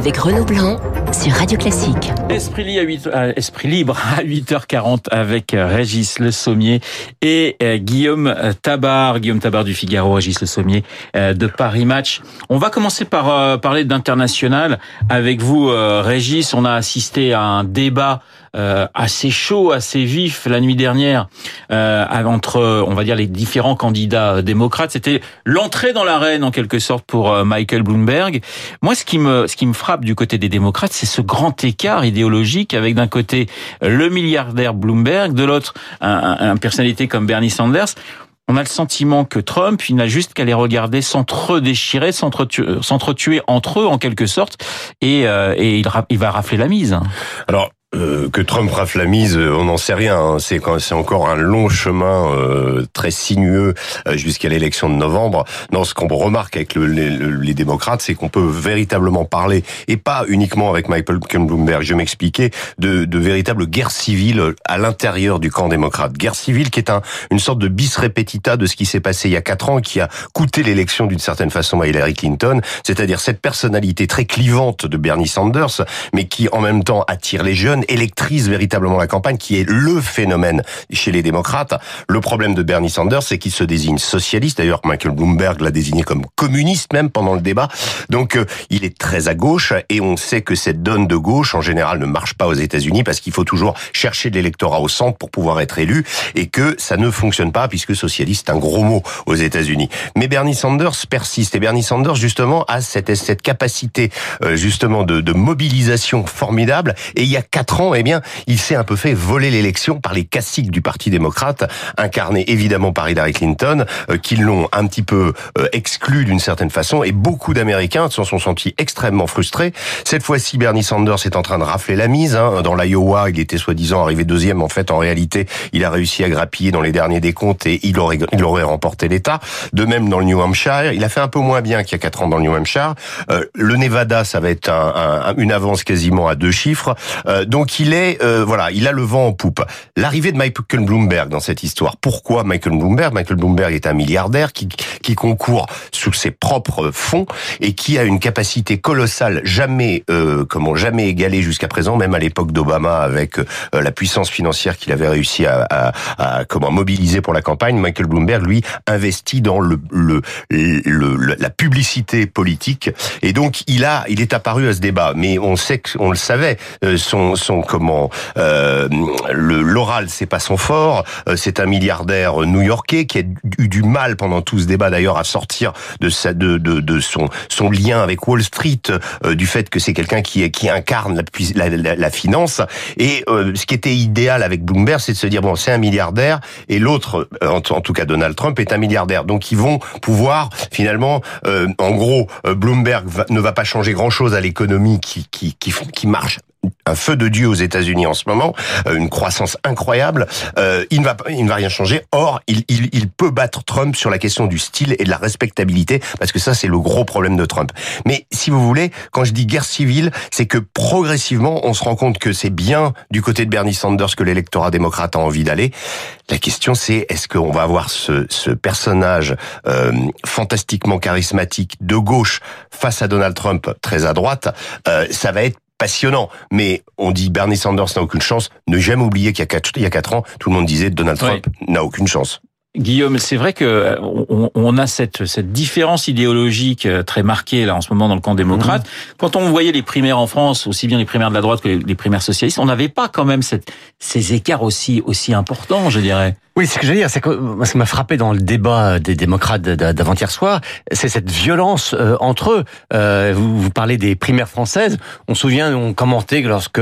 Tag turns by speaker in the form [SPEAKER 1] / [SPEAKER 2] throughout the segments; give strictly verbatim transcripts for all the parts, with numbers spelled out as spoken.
[SPEAKER 1] avec Renaud Blanc sur Radio Classique.
[SPEAKER 2] Esprit libre à, huit, euh, Esprit libre à huit heures quarante avec Régis Le Sommier et euh, Guillaume Tabar. Guillaume Tabar du Figaro, Régis Le Sommier euh, de Paris Match. On va commencer par euh, parler d'international. Avec vous, euh, Régis, on a assisté à un débat Euh, assez chaud, assez vif la nuit dernière euh, entre, on va dire, les différents candidats démocrates. C'était l'entrée dans l'arène en quelque sorte pour euh, Michael Bloomberg. Moi, ce qui me, ce qui me frappe du côté des démocrates, c'est ce grand écart idéologique avec d'un côté le milliardaire Bloomberg, de l'autre un, un, un personnalité comme Bernie Sanders. On a le sentiment que Trump, il n'a juste qu'à les regarder s'entre-déchirer, s'entretuer, s'entretuer entre eux en quelque sorte, et, euh, et il, il va rafler la mise.
[SPEAKER 3] Alors. Euh, que Trump rafle la mise, on n'en sait rien. Hein. C'est quand c'est encore un long chemin euh, très sinueux euh, jusqu'à l'élection de novembre. Non, ce qu'on remarque avec le, les, les démocrates, c'est qu'on peut véritablement parler, et pas uniquement avec Michael Bloomberg. Je vais m'expliquer de, de véritables guerres civiles à l'intérieur du camp démocrate. Guerre civile qui est un, une sorte de bis repetita de ce qui s'est passé il y a quatre ans, qui a coûté l'élection d'une certaine façon à Hillary Clinton. C'est-à-dire cette personnalité très clivante de Bernie Sanders, mais qui en même temps attire les jeunes, électrise véritablement la campagne, qui est le phénomène chez les démocrates. Le problème de Bernie Sanders, c'est qu'il se désigne socialiste. D'ailleurs, Michael Bloomberg l'a désigné comme communiste même pendant le débat. Donc, euh, il est très à gauche, et on sait que cette donne de gauche, en général, ne marche pas aux États-Unis, parce qu'il faut toujours chercher de l'électorat au centre pour pouvoir être élu, et que ça ne fonctionne pas, puisque socialiste est un gros mot aux États-Unis. Mais Bernie Sanders persiste, et Bernie Sanders, justement, a cette, cette capacité, euh, justement, de, de mobilisation formidable, et il y a quatre ans, eh bien, il s'est un peu fait voler l'élection par les caciques du Parti démocrate, incarnés évidemment par Hillary Clinton, euh, qui l'ont un petit peu euh, exclu d'une certaine façon, et beaucoup d'Américains s'en sont sentis extrêmement frustrés. Cette fois-ci, Bernie Sanders est en train de rafler la mise. Hein. Dans l'Iowa, il était soi-disant arrivé deuxième. En fait, en réalité, il a réussi à grappiller dans les derniers décomptes, et il aurait, il aurait remporté l'État. De même, dans le New Hampshire, il a fait un peu moins bien qu'il y a quatre ans dans le New Hampshire. Euh, le Nevada, ça va être un, un, une avance quasiment à deux chiffres. Euh, donc, il est, euh, voilà, il a le vent en poupe. L'arrivée de Michael Bloomberg dans cette histoire. Pourquoi Michael Bloomberg? Michael Bloomberg est un milliardaire qui, qui concourt sous ses propres fonds et qui a une capacité colossale, jamais, euh, comment, jamais égalée jusqu'à présent, même à l'époque d'Obama, avec euh, la puissance financière qu'il avait réussi à, à, à comment mobiliser pour la campagne. Michael Bloomberg, lui, investit dans le, le, le, le la publicité politique, et donc il a, il est apparu à ce débat. Mais on sait qu'on le savait, euh, son, son comment, euh, le l'oral, c'est pas son fort. Euh, c'est un milliardaire new-yorkais qui a eu du mal pendant tout ce débat d'ailleurs à sortir de sa, de, de, de son, son lien avec Wall Street, euh, du fait que c'est quelqu'un qui, qui incarne la, la, la finance. Et euh, ce qui était idéal avec Bloomberg, c'est de se dire bon, c'est un milliardaire, et l'autre, en, en tout cas Donald Trump, est un milliardaire. Donc ils vont pouvoir finalement, euh, en gros, euh, Bloomberg va, ne va pas changer grand-chose à l'économie qui, qui, qui, qui marche. Un feu de Dieu aux États-Unis en ce moment, une croissance incroyable. Euh, il ne va il ne va rien changer. Or, il, il il peut battre Trump sur la question du style et de la respectabilité, parce que ça c'est le gros problème de Trump. Mais si vous voulez, quand je dis guerre civile, c'est que progressivement on se rend compte que c'est bien du côté de Bernie Sanders que l'électorat démocrate a envie d'aller. La question c'est, est-ce qu'on va avoir ce ce personnage euh, fantastiquement charismatique de gauche face à Donald Trump très à droite? euh, Ça va être passionnant, mais on dit Bernie Sanders n'a aucune chance. Ne jamais oublier qu'il y a quatre, il y a quatre ans, tout le monde disait Donald Trump oui. n'a aucune chance.
[SPEAKER 2] Guillaume, c'est vrai que on, on a cette, cette différence idéologique très marquée là en ce moment dans le camp démocrate. Mmh. Quand on voyait les primaires en France, aussi bien les primaires de la droite que les, les primaires socialistes, on n'avait pas quand même cette, ces écarts aussi aussi importants, je dirais.
[SPEAKER 4] Oui, ce que je veux dire, c'est que ce qui m'a frappé dans le débat des démocrates d'avant-hier soir, c'est cette violence euh, entre eux. Euh, vous, vous parlez des primaires françaises. On se souvient, on commentait que lorsque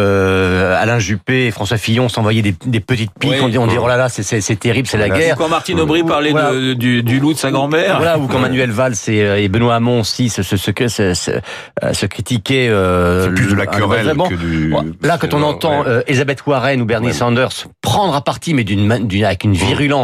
[SPEAKER 4] euh, Alain Juppé et François Fillon s'envoyaient des, des petites piques, oui. on dit, on dit oh là là, c'est, c'est, c'est terrible, c'est la
[SPEAKER 2] voilà.
[SPEAKER 4] guerre.
[SPEAKER 2] Ou quand Martine Aubry parlait voilà. de, du, du loup de sa grand-mère.
[SPEAKER 4] Voilà, ou quand Manuel Valls et, et Benoît Hamon aussi se, se, se, se, se, se critiquaient. Euh,
[SPEAKER 3] c'est plus de la querelle que du...
[SPEAKER 4] Là, quand on entend ouais. euh, Elizabeth Warren ou Bernie ouais. Sanders prendre à partie, mais d'une, d'une avec une virulence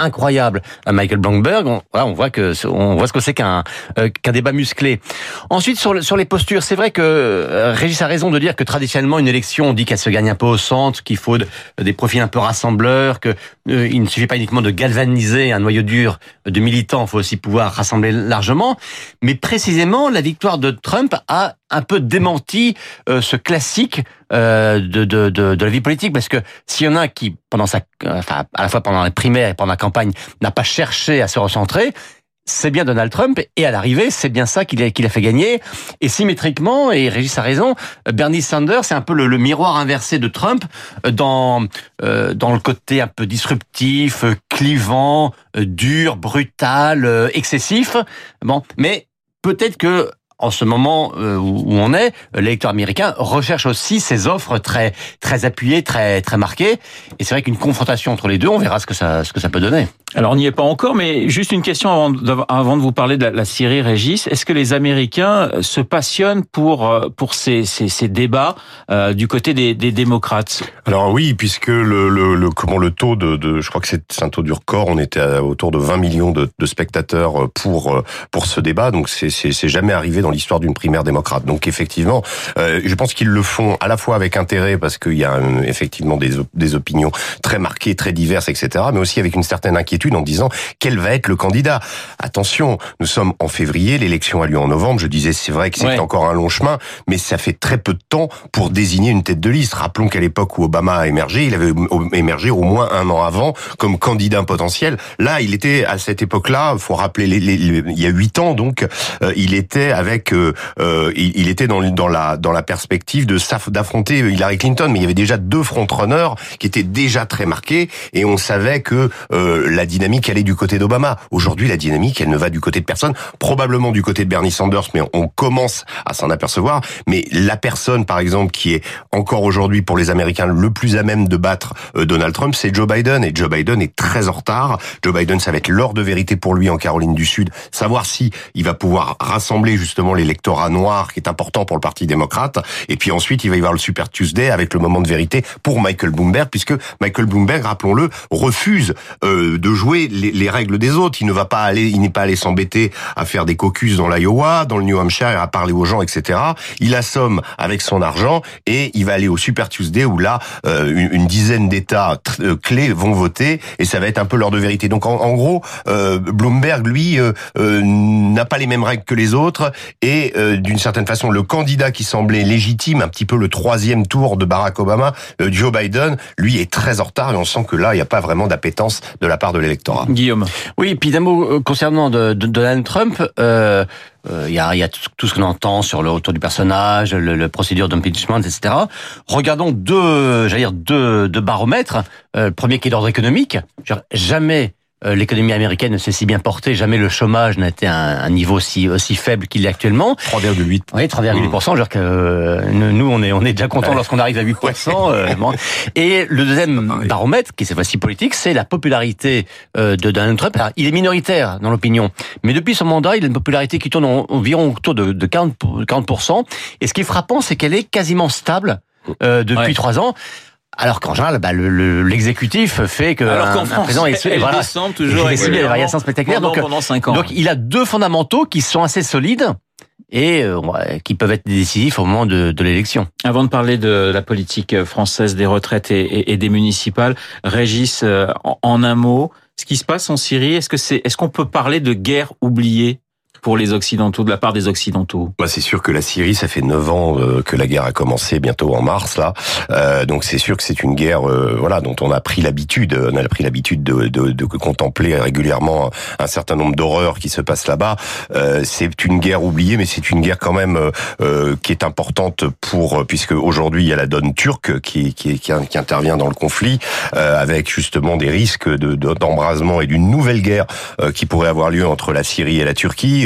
[SPEAKER 4] incroyable à Michael Bloomberg, on, voilà, on voit que on voit ce que c'est qu'un euh, qu'un débat musclé. Ensuite, sur le, sur les postures, c'est vrai que euh, Régis a raison de dire que traditionnellement une élection, on dit qu'elle se gagne un peu au centre, qu'il faut de, des profils un peu rassembleurs, que euh, il ne suffit pas uniquement de galvaniser un noyau dur de militants, il faut aussi pouvoir rassembler largement. Mais précisément, la victoire de Trump a un peu démenti euh, ce classique euh, de, de, de, de la vie politique, parce que s'il y en a qui, pendant sa, enfin, à la fois pendant les primaires et pendant la campagne, n'a pas cherché à se recentrer, c'est bien Donald Trump, et à l'arrivée, c'est bien ça qu'il a, qu'il a fait gagner. Et symétriquement, et Régis a raison, Bernie Sanders, c'est un peu le, le miroir inversé de Trump dans euh, dans le côté un peu disruptif, clivant, dur, brutal, euh, excessif. Bon, mais peut-être que en ce moment euh, où on est, l'électeur américain recherche aussi ces offres très très appuyées, très très marquées. Et c'est vrai qu'une confrontation entre les deux, on verra ce que ça ce que ça peut donner.
[SPEAKER 2] Alors on n'y est pas encore, mais juste une question avant de, avant de vous parler de la, la Syrie, Régis. Est-ce que les Américains se passionnent pour pour ces ces, ces débats euh, du côté des, des démocrates?
[SPEAKER 3] Alors oui, puisque le le, le comment le taux de, de je crois que c'est un taux du record, on était à, autour de vingt millions de, de spectateurs pour pour ce débat, donc c'est c'est c'est jamais arrivé dans l'histoire d'une primaire démocrate. Donc effectivement, euh, je pense qu'ils le font à la fois avec intérêt parce qu'il y a euh, effectivement des des opinions très marquées, très diverses, et cetera, mais aussi avec une certaine inquiétude en disant quel va être le candidat. Attention, nous sommes en février, l'élection a lieu en novembre. Je disais c'est vrai que c'est ouais. encore un long chemin, mais ça fait très peu de temps pour désigner une tête de liste. Rappelons qu'à l'époque où Obama a émergé, il avait émergé au moins un an avant comme candidat potentiel. Là, il était à cette époque-là, faut rappeler les, les, les, il y a huit ans donc, euh, il était avec euh, Euh, il, il était dans, dans la dans la perspective de d'affronter Hillary Clinton, mais il y avait déjà deux frontrunners qui étaient déjà très marqués, et on savait que euh, la dynamique allait du côté d'Obama. Aujourd'hui, la dynamique, elle ne va du côté de personne, probablement du côté de Bernie Sanders, mais on commence à s'en apercevoir. Mais la personne, par exemple, qui est encore aujourd'hui pour les Américains le plus à même de battre euh, Donald Trump, c'est Joe Biden, et Joe Biden est très en retard. Joe Biden, ça va être l'heure de vérité pour lui en Caroline du Sud, savoir si il va pouvoir rassembler justement l'électorat noir qui est important pour le Parti démocrate, et puis ensuite il va y avoir le Super Tuesday avec le moment de vérité pour Michael Bloomberg, puisque Michael Bloomberg, rappelons-le, refuse euh, de jouer les, les règles des autres. Il ne va pas aller, il n'est pas allé s'embêter à faire des caucus dans l'Iowa, dans le New Hampshire, à parler aux gens, et cetera. Il assomme avec son argent et il va aller au Super Tuesday où là euh, une, une dizaine d'États euh, clés vont voter, et ça va être un peu l'heure de vérité. Donc en, en gros, euh, Bloomberg lui euh, euh, n'a pas les mêmes règles que les autres, et euh, d'une certaine façon, le candidat qui semblait légitime, un petit peu le troisième tour de Barack Obama, Joe Biden, lui est très en retard, et on sent que là, il n'y a pas vraiment d'appétence de la part de l'électorat.
[SPEAKER 2] Guillaume.
[SPEAKER 4] Oui, et puis d'un mot concernant de, de Donald Trump, euh, euh, il y a, il y a tout, tout ce qu'on entend sur le retour du personnage, le, le procédure d'impeachment, et cetera. Regardons deux, j'allais dire deux, deux baromètres. Euh, le premier qui est d'ordre économique. Genre, jamais l'économie américaine ne s'est si bien portée, jamais le chômage n'a été à un niveau aussi aussi faible qu'il est actuellement.
[SPEAKER 3] trois virgule huit.
[SPEAKER 4] Oui, trois virgule huit pour cent. Mmh. Genre que euh, nous, on est on est déjà content ouais. lorsqu'on arrive à huit pour cent. Ouais. Euh, bon. Et le deuxième baromètre, qui est cette fois-ci politique, c'est la popularité euh, de Donald Trump. Alors, il est minoritaire dans l'opinion, mais depuis son mandat, il a une popularité qui tourne en, environ autour de, de quarante pour cent. Et ce qui est frappant, c'est qu'elle est quasiment stable euh, depuis trois ouais. ans. Alors qu'en général, bah, le, le, l'exécutif fait que
[SPEAKER 2] alors qu'en
[SPEAKER 4] un,
[SPEAKER 2] France,
[SPEAKER 4] un président est,
[SPEAKER 2] elle
[SPEAKER 4] voilà,
[SPEAKER 2] descend toujours avec
[SPEAKER 4] des variations spectaculaires.
[SPEAKER 2] Pendant,
[SPEAKER 4] donc,
[SPEAKER 2] pendant cinq ans.
[SPEAKER 4] donc il a deux fondamentaux qui sont assez solides et euh, qui peuvent être décisifs au moment de, de l'élection.
[SPEAKER 2] Avant de parler de la politique française des retraites et, et, et des municipales, Régis, euh, en, en un mot, ce qui se passe en Syrie, est-ce que c'est, est-ce qu'on peut parler de guerre oubliée pour les Occidentaux, de la part des Occidentaux?
[SPEAKER 3] Bah, c'est sûr que la Syrie, ça fait neuf ans euh, que la guerre a commencé, bientôt en mars là. Euh, donc c'est sûr que c'est une guerre, euh, voilà, dont on a pris l'habitude, on a pris l'habitude de, de, de contempler régulièrement un certain nombre d'horreurs qui se passent là-bas. Euh, c'est une guerre oubliée, mais c'est une guerre quand même euh, qui est importante pour, puisque aujourd'hui il y a la donne turque qui qui, qui, qui intervient dans le conflit, euh, avec justement des risques de, de, d'embrasement et d'une nouvelle guerre euh, qui pourrait avoir lieu entre la Syrie et la Turquie.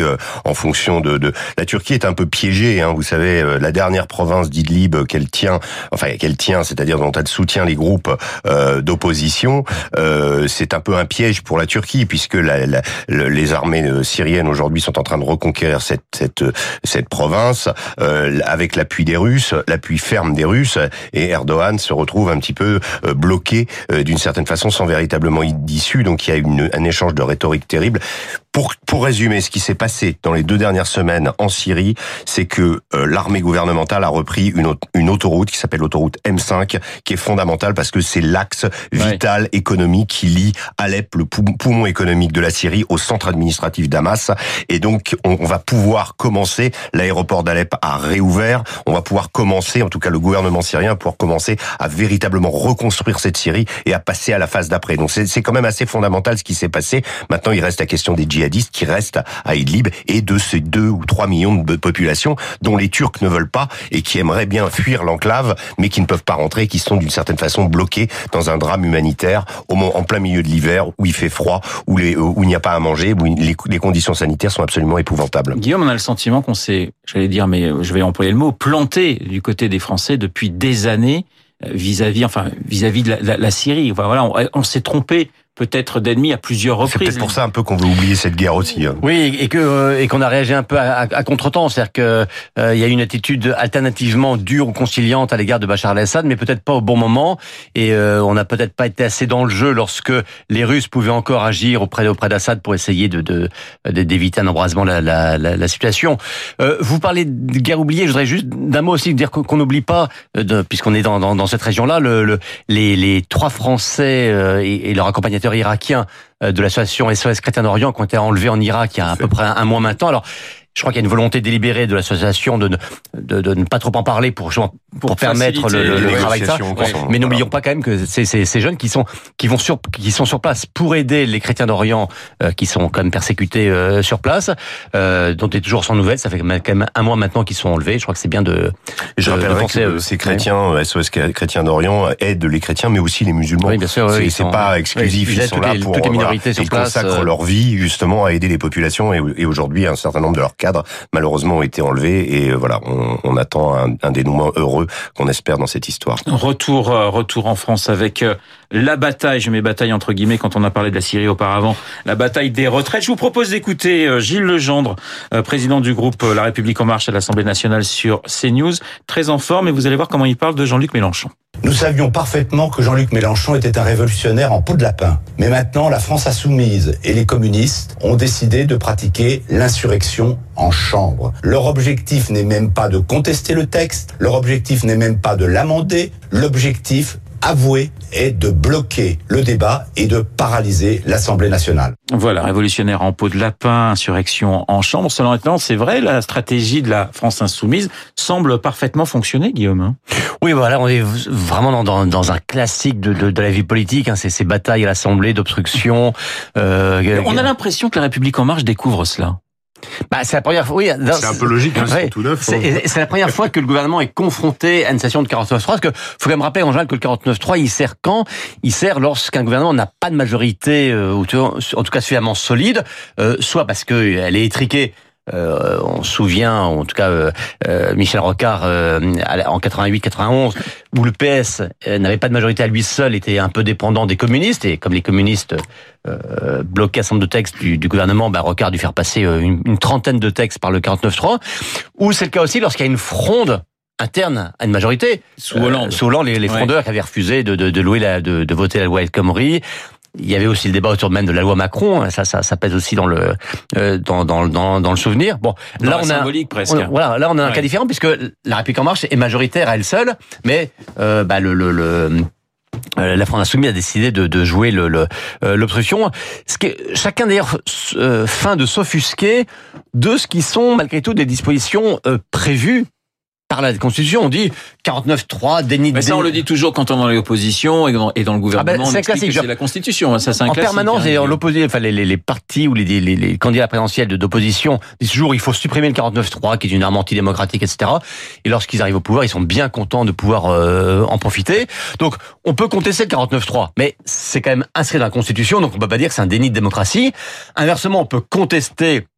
[SPEAKER 3] euh, en fonction de, de... La Turquie est un peu piégée, hein, vous savez, euh, la dernière province d'Idlib qu'elle tient, enfin qu'elle tient, c'est-à-dire dont elle soutient les groupes euh, d'opposition, euh, c'est un peu un piège pour la Turquie, puisque la, la, les armées syriennes aujourd'hui sont en train de reconquérir cette, cette, cette province, euh, avec l'appui des Russes, l'appui ferme des Russes, et Erdogan se retrouve un petit peu euh, bloqué euh, d'une certaine façon, sans véritablement d'issue. Donc il y a une, un échange de rhétorique terrible. Pour, pour résumer, ce qui s'est passé dans les deux dernières semaines en Syrie, c'est que euh, l'armée gouvernementale a repris une, une autoroute qui s'appelle l'autoroute M cinq, qui est fondamentale parce que c'est l'axe vital ouais. économique qui lie Alep, le poumon économique de la Syrie, au centre administratif d'Hamas. Et donc, on, on va pouvoir commencer, l'aéroport d'Alep a réouvert, on va pouvoir commencer, en tout cas le gouvernement syrien, va pouvoir commencer à véritablement reconstruire cette Syrie et à passer à la phase d'après. Donc c'est, c'est quand même assez fondamental ce qui s'est passé. Maintenant, il reste la question des djihadistes qui restent à Idlib et de ces deux ou trois millions de populations dont les Turcs ne veulent pas et qui aimeraient bien fuir l'enclave mais qui ne peuvent pas rentrer, qui sont d'une certaine façon bloqués dans un drame humanitaire au, en plein milieu de l'hiver où il fait froid, où, les, où il n'y a pas à manger, où les, les conditions sanitaires sont absolument épouvantables.
[SPEAKER 2] Guillaume, on a le sentiment qu'on s'est, j'allais dire, mais je vais employer le mot, planté du côté des Français depuis des années vis-à-vis, enfin vis-à-vis de la, la, la Syrie. Enfin, voilà, on, on s'est trompé peut-être d'ennemis à plusieurs reprises.
[SPEAKER 3] C'est peut-être pour ça un peu qu'on veut oublier cette guerre aussi. Hein.
[SPEAKER 4] Oui, et que euh, et qu'on a réagi un peu à, à, à contre-temps, c'est-à-dire que euh, il y a une attitude alternativement dure ou conciliante à l'égard de Bachar al-Assad, mais peut-être pas au bon moment. Et euh, on n'a peut-être pas été assez dans le jeu lorsque les Russes pouvaient encore agir auprès auprès d'Assad pour essayer de, de, de d'éviter un embrasement la la, la, la situation. Euh, vous parlez de guerre oubliée, je voudrais juste d'un mot aussi dire qu'on n'oublie pas, de, puisqu'on est dans, dans dans cette région-là, le, le les les trois Français euh, et, et leur accompagnateur irakien de l'association S O S Chrétien d'Orient qui ont été enlevés en Irak il y a à peu près un, un mois maintenant. Alors, je crois qu'il y a une volonté délibérée de l'association de, de, de, de ne pas trop en parler pour, pour, pour permettre le, le, le travail de ça. Ouais. Mais n'oublions pas quand même que c'est ces, ces jeunes qui sont qui vont sur qui sont sur place pour aider les chrétiens d'Orient euh, qui sont quand même persécutés euh, sur place, euh, dont est toujours sans nouvelles. Ça fait quand même un mois maintenant qu'ils sont enlevés. Je crois que c'est bien de.
[SPEAKER 3] Et je rappellerai que eux. Ces chrétiens ouais. S O S Chrétiens d'Orient aident les chrétiens, mais aussi les musulmans.
[SPEAKER 4] Oui, bien sûr.
[SPEAKER 3] C'est,
[SPEAKER 4] oui,
[SPEAKER 3] c'est
[SPEAKER 4] sont,
[SPEAKER 3] pas exclusif.
[SPEAKER 4] Oui,
[SPEAKER 3] ils, ils sont là
[SPEAKER 4] les,
[SPEAKER 3] pour
[SPEAKER 4] toutes les minorités
[SPEAKER 3] voilà,
[SPEAKER 4] sur
[SPEAKER 3] ils
[SPEAKER 4] place.
[SPEAKER 3] consacrent euh... leur vie justement à aider les populations. Et, et aujourd'hui, un certain nombre de leurs cadres, malheureusement, ont été enlevés et voilà, on, on attend un, un dénouement heureux qu'on espère dans cette histoire.
[SPEAKER 2] Retour, retour en France avec la bataille, je mets bataille entre guillemets quand on a parlé de la Syrie auparavant, la bataille des retraites. Je vous propose d'écouter Gilles Legendre, président du groupe La République En Marche à l'Assemblée nationale sur CNews, très en forme et vous allez voir comment il parle de Jean-Luc Mélenchon.
[SPEAKER 5] Nous savions parfaitement que Jean-Luc Mélenchon était un révolutionnaire en peau de lapin. Mais maintenant, la France insoumise et les communistes ont décidé de pratiquer l'insurrection en chambre. Leur objectif n'est même pas de contester le texte, leur objectif n'est même pas de l'amender, l'objectif avoué est de bloquer le débat et de paralyser l'Assemblée nationale.
[SPEAKER 2] Voilà, révolutionnaire en peau de lapin, insurrection en chambre. Selon maintenant, c'est vrai, la stratégie de la France insoumise semble parfaitement fonctionner, Guillaume.
[SPEAKER 4] Oui, voilà, on est vraiment dans, dans, dans un classique de, de, de la vie politique, hein, c'est ces batailles à l'Assemblée, d'obstruction. Euh,
[SPEAKER 2] on a l'impression que la République En Marche découvre cela.
[SPEAKER 4] Bah, c'est la première fois, oui.
[SPEAKER 3] C'est un peu logique, hein, c'est tout neuf.
[SPEAKER 4] C'est, c'est la première fois que le gouvernement est confronté à une session de quarante-neuf trois, parce que faut quand même rappeler en général que le quarante-neuf trois, il sert quand? Il sert lorsqu'un gouvernement n'a pas de majorité, euh, ou en tout cas suffisamment solide, euh, soit parce qu'elle est étriquée. Euh, on se souvient, en tout cas, euh, euh, Michel Rocard euh, en quatre-vingt-huit quatre-vingt-onze, où le P S euh, n'avait pas de majorité à lui seul, était un peu dépendant des communistes, et comme les communistes euh, bloquaient un certain nombre de textes du, du gouvernement, bah, Rocard a dû faire passer une, une trentaine de textes par le quarante-neuf trois, ou c'est le cas aussi lorsqu'il y a une fronde interne à une majorité.
[SPEAKER 2] Sous Hollande.
[SPEAKER 4] Euh, sous Hollande, les, les frondeurs ouais. qui avaient refusé de, de, de, louer la, de, de voter la loi El Khomri. Il y avait aussi le débat autour même de la loi Macron, ça, ça, ça pèse aussi dans le, euh, dans, dans, dans, dans le souvenir. Bon,
[SPEAKER 2] dans
[SPEAKER 4] là
[SPEAKER 2] la
[SPEAKER 4] on a,
[SPEAKER 2] symbolique presque.
[SPEAKER 4] On, voilà, là on a un ouais. cas différent puisque la République En Marche est majoritaire à elle seule, mais euh, bah le, le, le euh, la France insoumise a décidé de, de jouer le, le, euh, l'obstruction. Ce qui est, chacun d'ailleurs euh, feint de s'offusquer de ce qui sont malgré tout des dispositions euh, prévues par la Constitution. On dit quarante-neuf trois, déni de...
[SPEAKER 2] Mais ça, on le dit toujours quand on est dans l'opposition et dans, et dans le gouvernement. Ah ben, c'est on classique. Que c'est la Constitution. Ça, c'est un
[SPEAKER 4] en
[SPEAKER 2] classique.
[SPEAKER 4] En permanence, hein, et l'opposition, enfin, les, les, les partis ou les, les, les candidats présidentiels d'opposition disent toujours il faut supprimer le quarante-neuf trois, qui est une arme antidémocratique, et cetera. Et lorsqu'ils arrivent au pouvoir, ils sont bien contents de pouvoir euh, en profiter. Donc, on peut contester le quarante-neuf trois, mais c'est quand même inscrit dans la Constitution, donc on peut pas dire que c'est un déni de démocratie. Inversement, on peut contester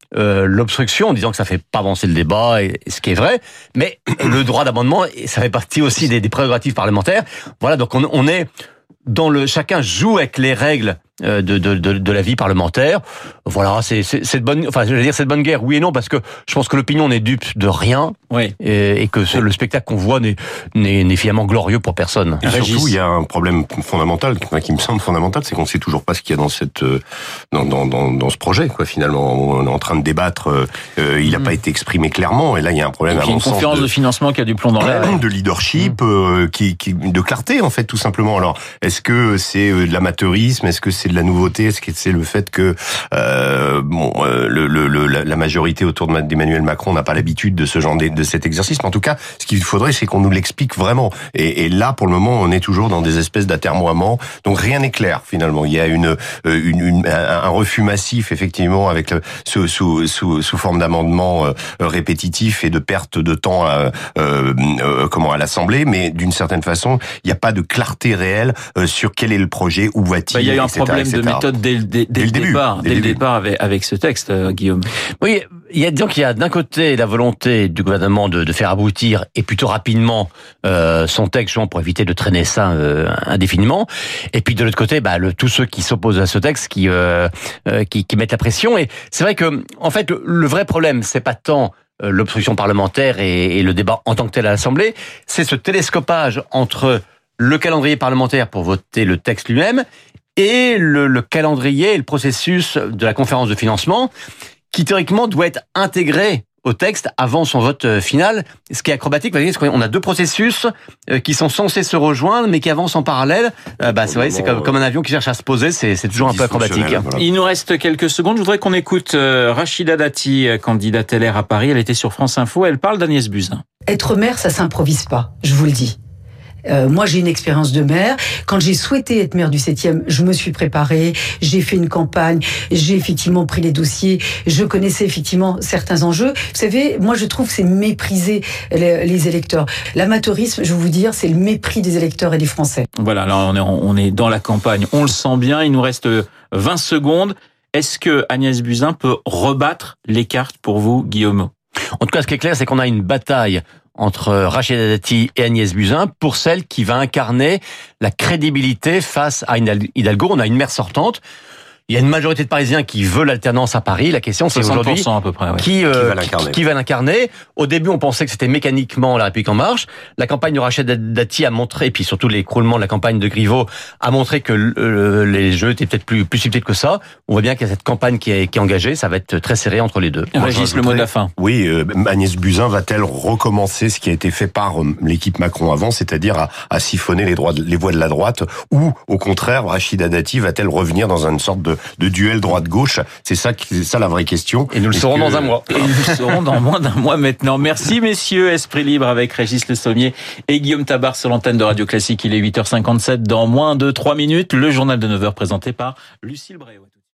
[SPEAKER 4] euh, l'obstruction en disant que ça fait pas avancer le débat, et, et ce qui est vrai, mais le droit d'amendement, ça fait partie aussi des, des prérogatives parlementaires. Voilà, donc on, on est dans le, chacun joue avec les règles de, de, de, de la vie parlementaire. Voilà, c'est, c'est, c'est de bonne, enfin, je veux dire, c'est de bonne guerre, oui et non, parce que je pense que l'opinion n'est dupe de rien. Oui. Et, et que ce, le spectacle qu'on voit n'est, n'est, n'est finalement glorieux pour personne.
[SPEAKER 3] Et surtout, il y a un problème fondamental, qui me semble fondamental, c'est qu'on ne sait toujours pas ce qu'il y a dans cette, dans, dans, dans, dans ce projet, quoi, finalement. On est en train de débattre, euh, il n'a mmh. pas été exprimé clairement, et là, il y a un problème,
[SPEAKER 2] et puis
[SPEAKER 3] à mon
[SPEAKER 2] une
[SPEAKER 3] sens,
[SPEAKER 2] conférence de, de financement qui a du plomb dans l'air.
[SPEAKER 3] De leadership, mmh. euh, qui, qui, de clarté, en fait, tout simplement. Alors, est-ce que c'est de l'amateurisme? Est-ce que c'est de la nouveauté? Est-ce que c'est le fait que euh, bon, euh, le, le, la majorité autour d'Emmanuel Macron n'a pas l'habitude de ce genre de, de cet exercice? Mais en tout cas, ce qu'il faudrait, c'est qu'on nous l'explique vraiment. Et, et là, pour le moment, on est toujours dans des espèces d'atermoiements. Donc rien n'est clair finalement. Il y a une, une, une un refus massif effectivement avec le, sous, sous, sous, sous forme d'amendements euh, répétitifs et de perte de temps à, euh, euh, comment à l'Assemblée. Mais d'une certaine façon, il n'y a pas de clarté réelle euh, sur quel est le projet, où va-t-il.
[SPEAKER 2] Bah, il y a eu un
[SPEAKER 3] et cetera,
[SPEAKER 2] problème
[SPEAKER 3] et cetera.
[SPEAKER 2] de méthode dès, dès, dès, dès le début, départ, dès, dès le début. départ avec, avec ce texte, euh, Guillaume.
[SPEAKER 4] Oui, il y a donc il y a d'un côté la volonté du gouvernement de, de faire aboutir et plutôt rapidement euh, son texte, justement, pour éviter de traîner ça euh, indéfiniment. Et puis de l'autre côté, bah, le, tous ceux qui s'opposent à ce texte, qui, euh, euh, qui qui mettent la pression. Et c'est vrai que en fait le, le vrai problème, c'est pas tant euh, l'obstruction parlementaire et, et le débat en tant que tel à l'Assemblée, c'est ce télescopage entre le calendrier parlementaire pour voter le texte lui-même et le, le calendrier et le processus de la conférence de financement, qui théoriquement doit être intégré au texte avant son vote final. Ce qui est acrobatique, parce qu'on a deux processus qui sont censés se rejoindre, mais qui avancent en parallèle. Euh, bah, c'est vrai, c'est comme, comme un avion qui cherche à se poser, c'est, c'est toujours un peu acrobatique.
[SPEAKER 2] Voilà. Il nous reste quelques secondes. Je voudrais qu'on écoute euh, Rachida Dati, candidate L R à Paris. Elle était sur France Info. Elle parle d'Agnès Buzyn.
[SPEAKER 6] Être maire, ça s'improvise pas, je vous le dis. Euh, moi, j'ai une expérience de maire. Quand j'ai souhaité être maire du septième, je me suis préparée, j'ai fait une campagne, j'ai effectivement pris les dossiers, je connaissais effectivement certains enjeux. Vous savez, moi, je trouve que c'est mépriser les, les électeurs. L'amateurisme, je vais vous dire, c'est le mépris des électeurs et des Français.
[SPEAKER 2] Voilà, là, on est, on est dans la campagne. On le sent bien. Il nous reste vingt secondes. Est-ce que Agnès Buzyn peut rebattre les cartes pour vous, Guillaume?
[SPEAKER 4] En tout cas, ce qui est clair, c'est qu'on a une bataille entre Rachida Dati et Agnès Buzyn pour celle qui va incarner la crédibilité face à Hidalgo. On a une maire sortante. Il y a une majorité de Parisiens qui veulent l'alternance à Paris. La question, c'est aujourd'hui
[SPEAKER 2] à peu près, ouais.
[SPEAKER 4] qui, euh, qui, va l'incarner. qui va l'incarner. Au début, on pensait que c'était mécaniquement La République En Marche. La campagne de Rachida Dati a montré, et puis surtout l'écroulement de la campagne de Griveaux a montré que euh, les jeux étaient peut-être plus, plus subtils que ça. On voit bien qu'il y a cette campagne qui est, qui est engagée. Ça va être très serré entre les deux.
[SPEAKER 2] Régis, le mot de la fin.
[SPEAKER 3] Oui, euh, Agnès Buzyn va-t-elle recommencer ce qui a été fait par euh, l'équipe Macron avant, c'est-à-dire à, à siphonner les, droits, les voix de la droite, ou au contraire, Rachida Dati va-t-elle revenir dans une sorte de, de duel droite-gauche? C'est ça, c'est ça la vraie question.
[SPEAKER 4] Et nous le
[SPEAKER 3] Est-ce
[SPEAKER 4] saurons
[SPEAKER 3] que...
[SPEAKER 4] dans un mois.
[SPEAKER 2] Et nous le saurons dans moins d'un mois maintenant. Merci messieurs. Esprit libre avec Régis Le Sommier et Guillaume Tabar sur l'antenne de Radio Classique. Il est huit heures cinquante-sept. Dans moins de trois minutes, le journal de neuf heures présenté par Lucille Bréau.